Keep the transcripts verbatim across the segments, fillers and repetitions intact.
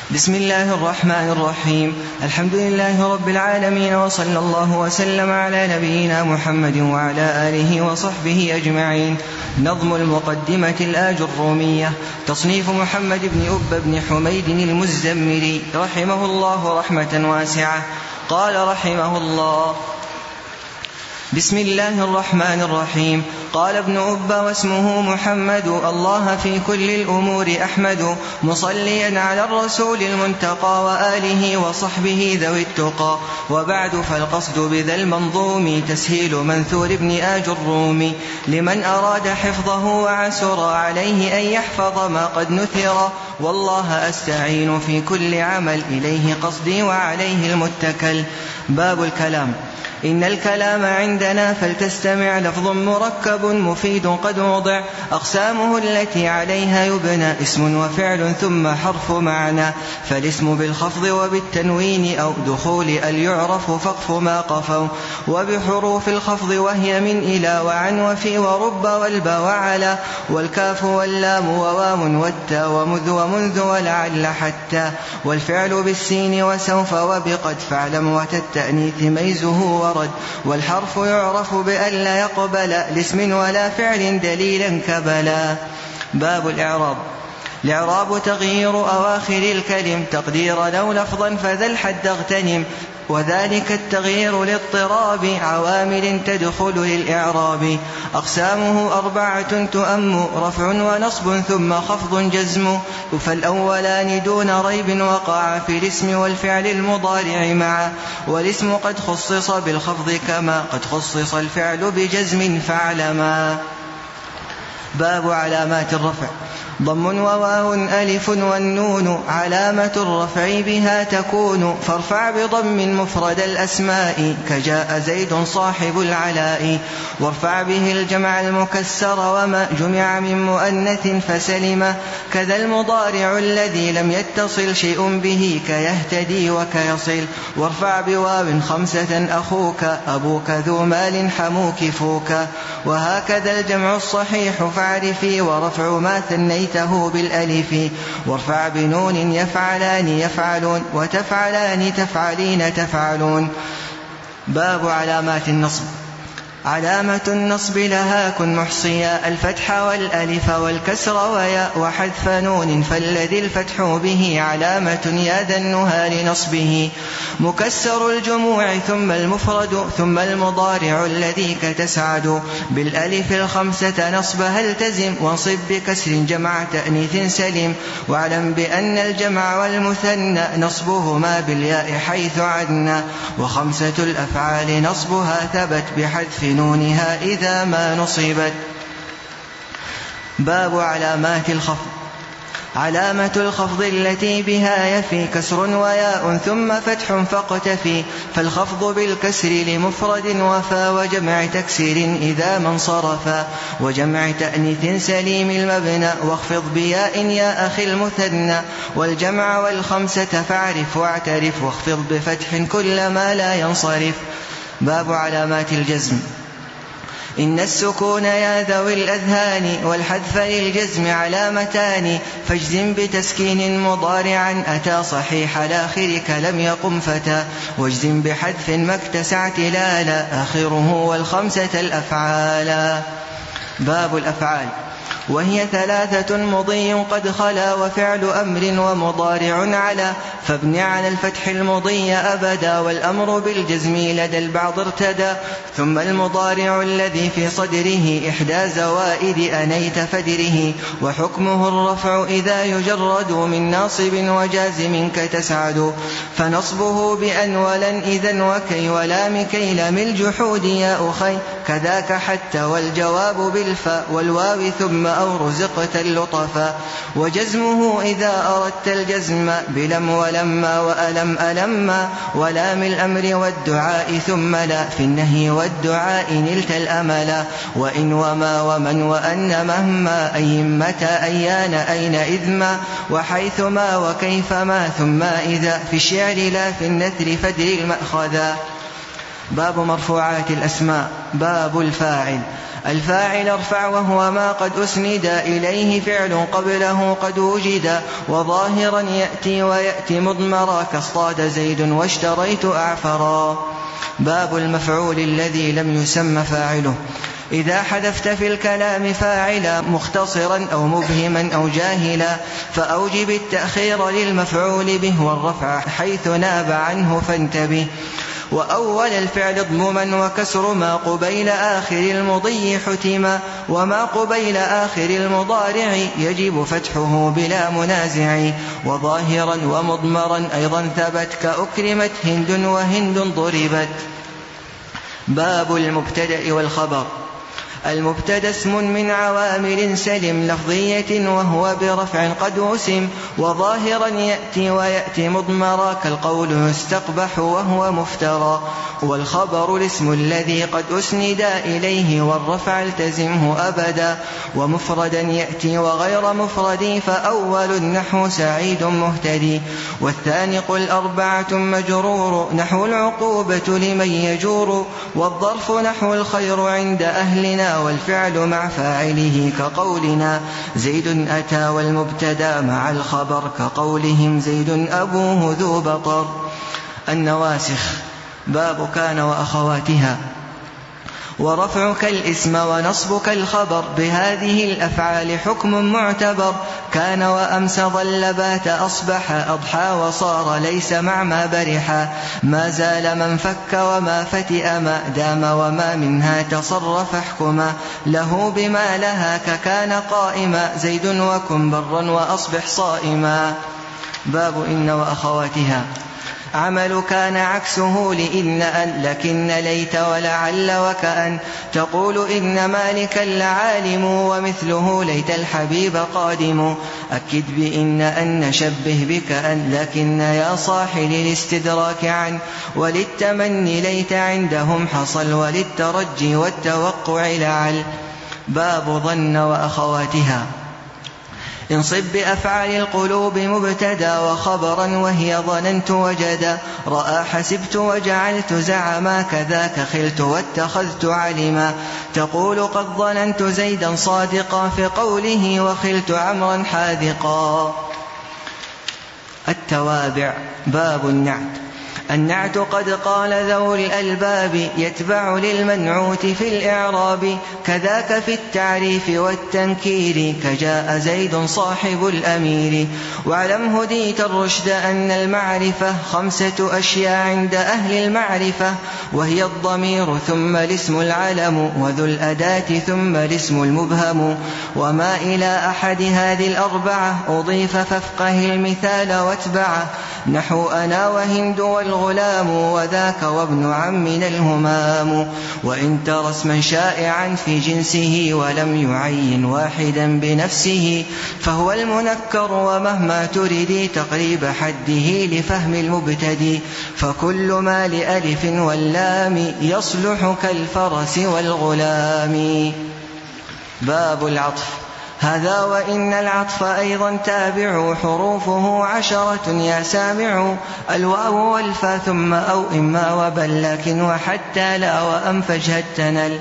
بسم الله الرحمن الرحيم. الحمد لله رب العالمين، وصلى الله وسلم على نبينا محمد وعلى آله وصحبه أجمعين. نظم المقدمة الآجرومية، تصنيف محمد بن أب بن حميد المزمري رحمه الله رحمة واسعة. قال رحمه الله: بسم الله الرحمن الرحيم. قال ابن أب: واسمه محمد، الله في كل الأمور أحمد، مصليا على الرسول المنتقى وآله وصحبه ذوي التقى. وبعد، فالقصد بذا المنظوم تسهيل منثور ابن آجروم، لمن أراد حفظه وعسر عليه أن يحفظ ما قد نثر. والله أستعين في كل عمل، إليه قصدي وعليه المتكل. باب الكلام. إن الكلام عندنا فلتستمع، لفظ مركب مفيد قد وضع، أقسامه التي عليها يبنى اسم وفعل ثم حرف معنى. فالاسم بالخفض وبالتنوين أو دخول اليعرف فقف ما قفوا، وبحروف الخفض وهي من إلى وعن وفي ورب والبا وعلى، والكاف واللام وواو والتا ومذ ومنذ ولعل حتى. والفعل بالسين وسوف وبقد، فاعلم وتالتأنيث ميزه ورد. والحرف يعرف بأن لا يقبل لاسم ولا فعل دليلا كبلا. باب الإعراب. الإعراب تغيير أواخر الكلم، تقدير لو لفظا فذا الحد اغتنم، وذلك التغيير لاضطراب عوامل تدخل للإعراب. أقسامه أربعة تؤم، رفع ونصب ثم خفض جزم. فالأولان دون ريب وقع في الاسم والفعل المضارع معا، والاسم قد خصص بالخفض كما قد خصص الفعل بجزم فاعلما. باب علامات الرفع. ضم وواو ألف والنون، علامة الرفع بها تكون، فارفع بضم مفرد الأسماء، كجاء زيد صاحب العلاء. وارفع به الجمع المكسر وما جمع من مؤنث فسلم، كذا المضارع الذي لم يتصل شيء به، كيهتدي وكيصل. وارفع بواو خمسة أخوك، أبوك ذو مال حموك فوك. وهكذا الجمع الصحيح فاعرفي، ورفع ما ثنيت بالألف. وارفع بنون يفعلان يفعلون، وتفعلان تفعلين تفعلون. باب علامات النصب. علامة النصب لها كن محصيا، الفتح والألف والكسر وياء وحذف نون، فالذي الفتح به علامة يا ذا النهى لنصبه. مكسر الجموع ثم المفرد ثم المضارع الذي كتسعد، بالألف الخمسة نصبها التزم، وانصب بكسر جمع تأنيث سلم. واعلم بأن الجمع والمثنى نصبهما بالياء حيث عدنا، وخمسة الأفعال نصبها ثبت بحذف نونها إذا ما نصبت. باب علامات الخفض. علامة الخفض التي بها يفي كسر وياء ثم فتح فاقتفي، فالخفض بالكسر لمفرد وفا، وجمع تكسير إذا ما انصرفا، وجمع تأنيث سليم المبنى، واخفض بياء يا أخي المثنى. والجمع والخمسة فاعرف واعترف، واخفض بفتح كل ما لا ينصرف. باب علامات الجزم. إن السكون يا ذوي الأذهان، والحذف للجزم علامتان، فاجزم بتسكين مضارعا أتى صحيح الآخر كلم يقم فتى، واجزم بحذف ما اكتسعت لا لا آخره، والخمسة الأفعال. باب الأفعال. وهي ثلاثة مضي قد خلا، وفعل أمر ومضارع على، فابن على الفتح المضي أبدا، والأمر بالجزم لدى البعض ارتدى. ثم المضارع الذي في صدره إحدى زوائد أنيت فدره، وحكمه الرفع إذا يجرد من ناصب وجازم كتسعد، فنصبه بأن ولن إذن وكي ولام كي لم الجحود يا أخي، كذاك حتى والجواب بالفاء والواو ثم أو رزقت اللطفا. وجزمه إذا أردت الجزم بلم ولما وألم ألما، ولام الأمر والدعاء ثم لا في النهي والدعاء نلت الأملا. وإن وما ومن وأن مهما أي متى أيان أين إذما، وحيثما وكيفما ثم إذا، في الشعر لا في النثر فدر المأخذا. باب مرفوعات الأسماء. باب الفاعل. الفاعل ارفع وهو ما قد أسند إليه فعل قبله قد وجد، وظاهرا يأتي ويأتي مضمرا كاصطاد زيد واشتريت أعفرا. باب المفعول الذي لم يسم فاعله. إذا حذفت في الكلام فاعلا مختصرا أو مبهما أو جاهلا فأوجب التأخير للمفعول به والرفع حيث ناب عنه فانتبه. وأول الفعل اضمما وكسر ما قبيل آخر المضي حتما، وما قبيل آخر المضارع يجب فتحه بلا منازع، وظاهرا ومضمرا أيضا ثبت كأكرمت هند وهند ضربت. باب المبتدأ والخبر. المبتدأ اسم من عوامل سلم لفظية وهو برفع قد وسم، وظاهرا يأتي ويأتي مضمرا كالقول يستقبح وهو مفترى. والخبر الاسم الذي قد أسند إليه والرفع التزمه أبدا، ومفردا يأتي وغير مفرد فأول النحو سعيد مهتدي، والثاني قل أربعة مجرور نحو العقوبة لمن يجور، والظرف نحو الخير عند أهلنا، والفعل مع فاعله كقولنا زيد أتى، والمبتدا مع الخبر كقولهم زيد أبوه ذو بطر. النواسخ. باب كان وأخواتها. ورفعك الاسم ونصبك الخبر بهذه الأفعال حكم معتبر، كان وأمس ظل بات أصبح أضحى وصار ليس مع ما برحا، ما زال من فك وما فتئ ما دام، وما منها تصرف احكما له بما لها ككان قائما زيد وكن برا وأصبح صائما. باب إن وأخواتها. عمل كان عكسه لإن أن لكن ليت ولعل وكأن، تقول إن مالكا لعالم ومثله ليت الحبيب قادم، أكد بإن أن نشبه بكأن لكن يا صاح للاستدراك عن، وللتمني ليت عندهم حصل وللترجي والتوقع لعل. باب ظن وأخواتها. انصب بأفعال القلوب مبتدا وخبرا وهي ظننت وجدا، رأى حسبت وجعلت زعما كذاك خلت واتخذت علما، تقول قد ظننت زيدا صادقا في قوله وخلت عمرا حاذقا. التوابع. باب النعت. النعت قد قال ذو الألباب يتبع للمنعوت في الإعراب، كذاك في التعريف والتنكير كجاء زيد صاحب الأمير. واعلم هديت الرشد أن المعرفة خمسة أشياء عند أهل المعرفة، وهي الضمير ثم الاسم العلم وذو الأداة ثم الاسم المبهم، وما إلى أحد هذه الأربعة أضيف فافقه المثال واتبعه، نحو أنا وهند والغلام وذاك وابن عمنا الهمام. وإن ترى اسما شائعا في جنسه ولم يعين واحدا بنفسه فهو المنكر، ومهما تريد تقريب حده لفهم المبتدي، فكل ما لألف واللام يصلح كالفرس والغلام. باب العطف. هذا وإن العطف أيضا تابع حروفه عشرة يا سامع، الواو والفا ثم أو إما وبل لكن وحتى لا وأم فاجهد تنل،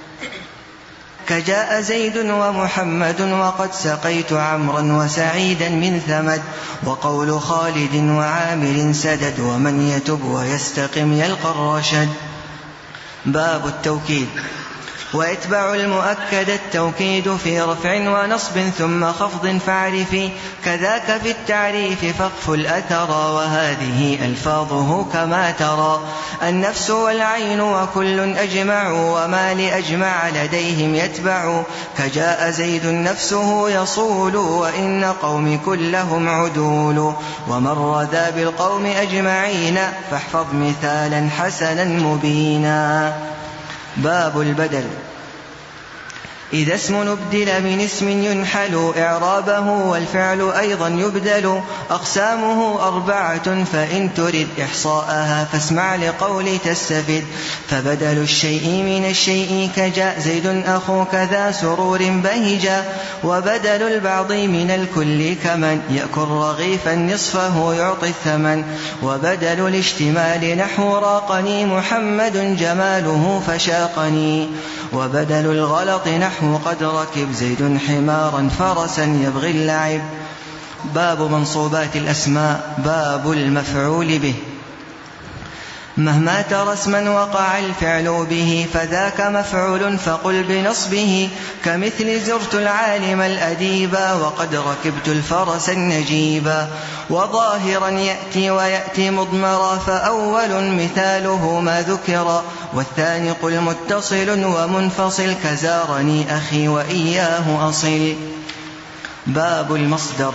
كجاء زيد ومحمد وقد سقيت عمرا وسعيدا من ثمد، وقول خالد وعامر سدد، ومن يتب ويستقم يلقى الرشد. باب التوكيد. ويتبع المؤكد التوكيد في رفع ونصب ثم خفض فاعرفي، كذاك في التعريف فاقف الأثر، وهذه ألفاظه كما ترى، النفس والعين وكل أجمع، وما لأجمع لديهم يتبع، كجاء زيد نفسه يصول، وإن قوم كلهم عدول، ومر ذا بالقوم أجمعين، فاحفظ مثالا حسنا مبينا. باب البدل. إذا اسم نبدل من اسم ينحل إعرابه والفعل أيضا يبدل، أقسامه أربعة فإن ترد إحصاءها فاسمع لقول تستفد، فبدل الشيء من الشيء كجاء زيد أخوك ذا سرور بهجا، وبدل البعض من الكل كمن يأكل رغيفا نصفه يعطي الثمن، وبدل الاشتمال نحو راقني محمد جماله فشاقني، وبدل الغلط نحو قد ركب زيد حمارا فرسا يبغي اللعب. باب منصوبات الأسماء. باب المفعول به. مهما ترى اسما وقع الفعل به فذاك مفعول فقل بنصبه، كمثل زرت العالم الأديبا وقد ركبت الفرس النجيبا. وظاهرا يأتي ويأتي مضمرا فأول مثاله ما ذكر، والثاني قل متصل ومنفصل كزارني أخي وإياه أصل. باب المصدر.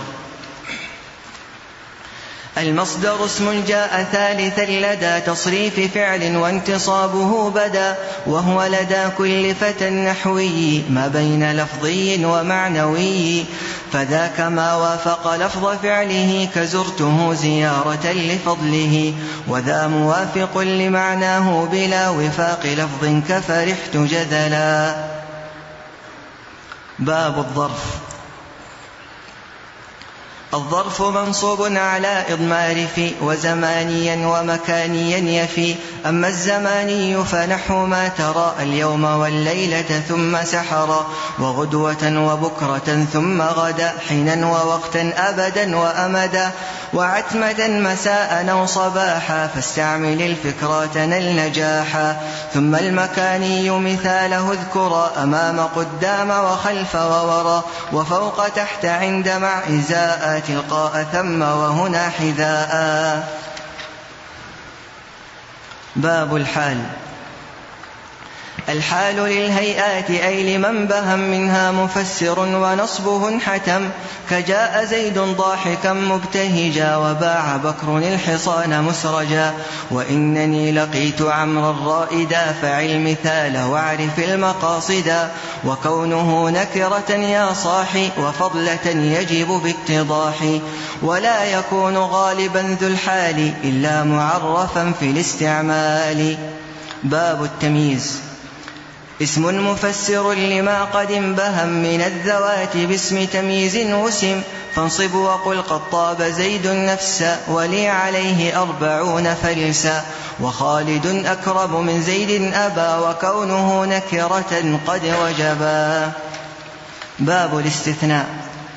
المصدر اسم جاء ثالثا لدى تصريف فعل وانتصابه بدا، وهو لدى كل فتى نحوي ما بين لفظي ومعنوي، فذاك ما وافق لفظ فعله كزرته زيارة لفضله، وذا موافق لمعناه بلا وفاق لفظ كفرحت جذلا. باب الظرف. الظرف منصوب على إضمار في وزمانيا ومكانيا يفي. أما الزماني فنحو ما ترى اليوم والليلة ثم سحرا، وغدوة وبكرة ثم غدا، حينا ووقتا أبدا وأمدا، وعتمة مساء أو صباحا، فاستعمل الفكرة نل نجاحا. ثم المكاني مثاله اذكرا أمام قدام وخلف وورا، وفوق تحت عند مع إزاء تلقاء ثم وهنا حذاء. باب الحال. الحال للهيئات أي لمن بهم منها مفسر ونصبه حتم، كجاء زيد ضاحكا مبتهجا وباع بكر الحصان مسرجا، وإنني لقيت عمرا رائدا، فعل مثال واعرف المقاصدا، وكونه نكرة يا صاحي وفضلة يجب باتضاح، ولا يكون غالبا ذو الحال إلا معرفا في الاستعمال. باب التمييز. اسم مفسر لما قد انبهم من الذوات باسم تمييز وسم، فانصب وقل قد طاب زيد نفسا، ولي عليه أربعون فلسا، وخالد أكرم من زيد أبا، وكونه نكرة قد وجبا. باب الاستثناء.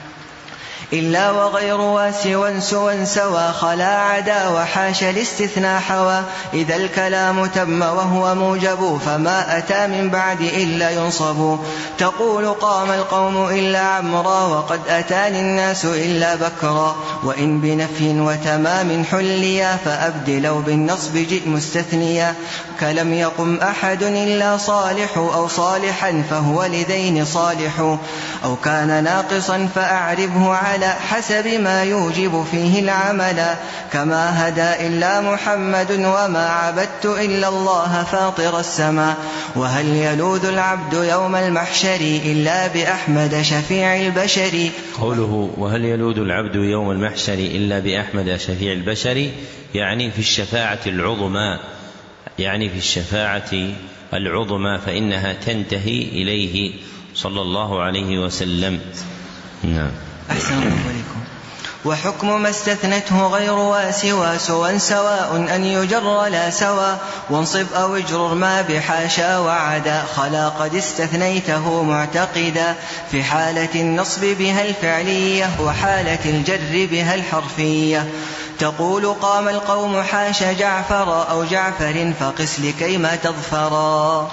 إلا وغير واسوا سوا سوا، خلا عدا وحاش الاستثناء حوى، إذا الكلام تم وهو موجب، فما أتى من بعد إلا ينصب. تقول قام القوم إلا عمرا، وقد أتاني الناس إلا بكرا، وإن بنفي وتمام حليا، فأبدلوا بالنصب جئ مستثنيا، كلم يقم أحد إلا صالح، أو صالحا فهو لذين صالح، أو كان ناقصا فأعربه على حسب ما يوجب فيه العمل، كما هدى إلا محمد، وما عبدت إلا الله فاطر السماء، وهل يلوذ العبد يوم المحشر إلا بأحمد شفيع البشر. قوله وهل يلوذ العبد يوم المحشر إلا بأحمد شفيع البشر، يعني في الشفاعة العظمى، يعني في الشفاعة العظمى، فإنها تنتهي إليه صلى الله عليه وسلم. نعم. أحسن الله عليكم. وحكم ما استثنته غير واسوا سوا سواء أن يجر لا سوا، وانصب أو اجرر ما بحاشا وعدا، خلا قد استثنيته معتقدا، في حالة النصب بها الفعلية، وحالة الجر بها الحرفية. تقول قام القوم حاش جعفر أو جعفر، فقس لكيما تظفرا.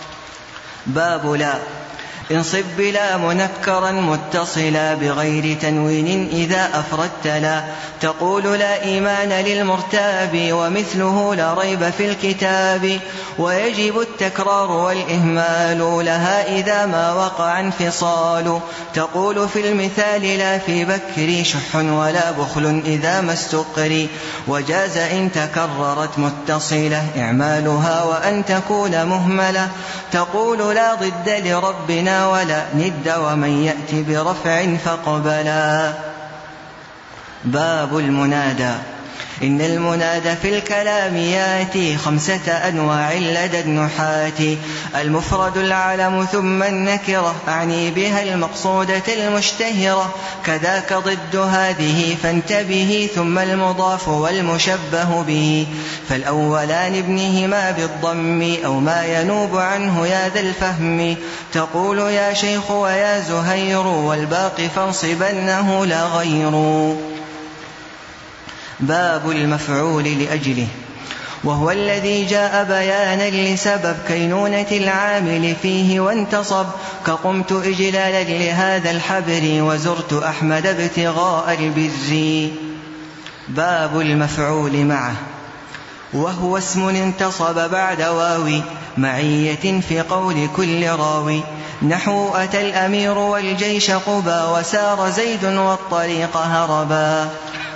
باب لا. انصب بلا منكرا متصلا بغير تنوين إذا أفردت لا، تقول لا إيمان للمرتاب، ومثله لا ريب في الكتاب، ويجب التكرار والإهمال لها إذا ما وقع انفصال. تقول في المثال لا في بكر شح ولا بخل إذا ما استقري، وجاز إن تكررت متصلة إعمالها وأن تكون مهملة. تقول لا ضد لربنا ولا ند، ومن يأتي برفع فقبلا. باب المنادى. إن المنادى في الكلام ياتي خمسة أنواع لدى النحاة: المفرد العلم ثم النكرة، أعني بها المقصودة المشتهرة، كذاك ضد هذه فانتبه، ثم المضاف والمشبه به، فالأولان ابنهما بالضم أو ما ينوب عنه يا ذا الفهم، تقول يا شيخ ويا زهير، والباقي فانصبنه لا غير. باب المفعول لأجله، وهو الذي جاء بيانا لسبب كينونة العامل فيه وانتصب، كقمت إجلالا لهذا الحبر، وزرت أحمد ابتغاء البر. باب المفعول معه، وهو اسم انتصب بعد واوي معية في قول كل راوي، نحو أتى الأمير والجيش قبا، وسار زيد والطريق هربا.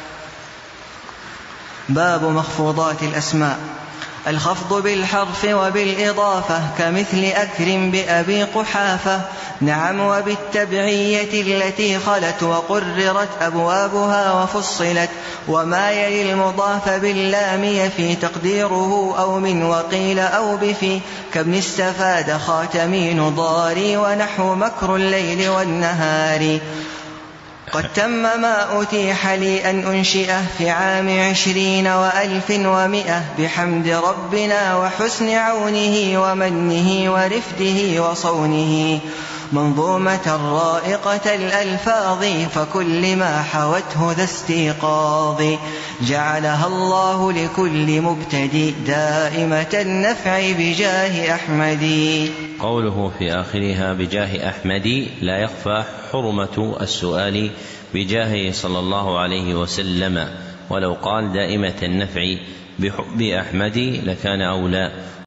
باب مخفوضات الأسماء، الخفض بالحرف وبالإضافة، كمثل أكرم بأبي قحافة، نعم، وبالتبعية التي خلت وقررت أبوابها وفصلت، وما يلي المضاف باللام يفي تقديره أو من، وقيل أو بفي، كابن استفاد خاتمين ضاري، ونحو مكر الليل والنهار. قد تم ما أتيح لي أن أنشئه في عام عشرين وألف ومئة، بحمد ربنا وحسن عونه ومنه ورفده وصونه، منظومة رائقة الألفاظ، فكل ما حوته ذا استيقاظ، جعلها الله لكل مبتدئ دائمة النفع بجاه أحمد. قوله في آخرها بجاه أحمد لا يخفى حرمة السؤال بجاهه صلى الله عليه وسلم، ولو قال دائمة النفع بحب أحمد لكان أولى.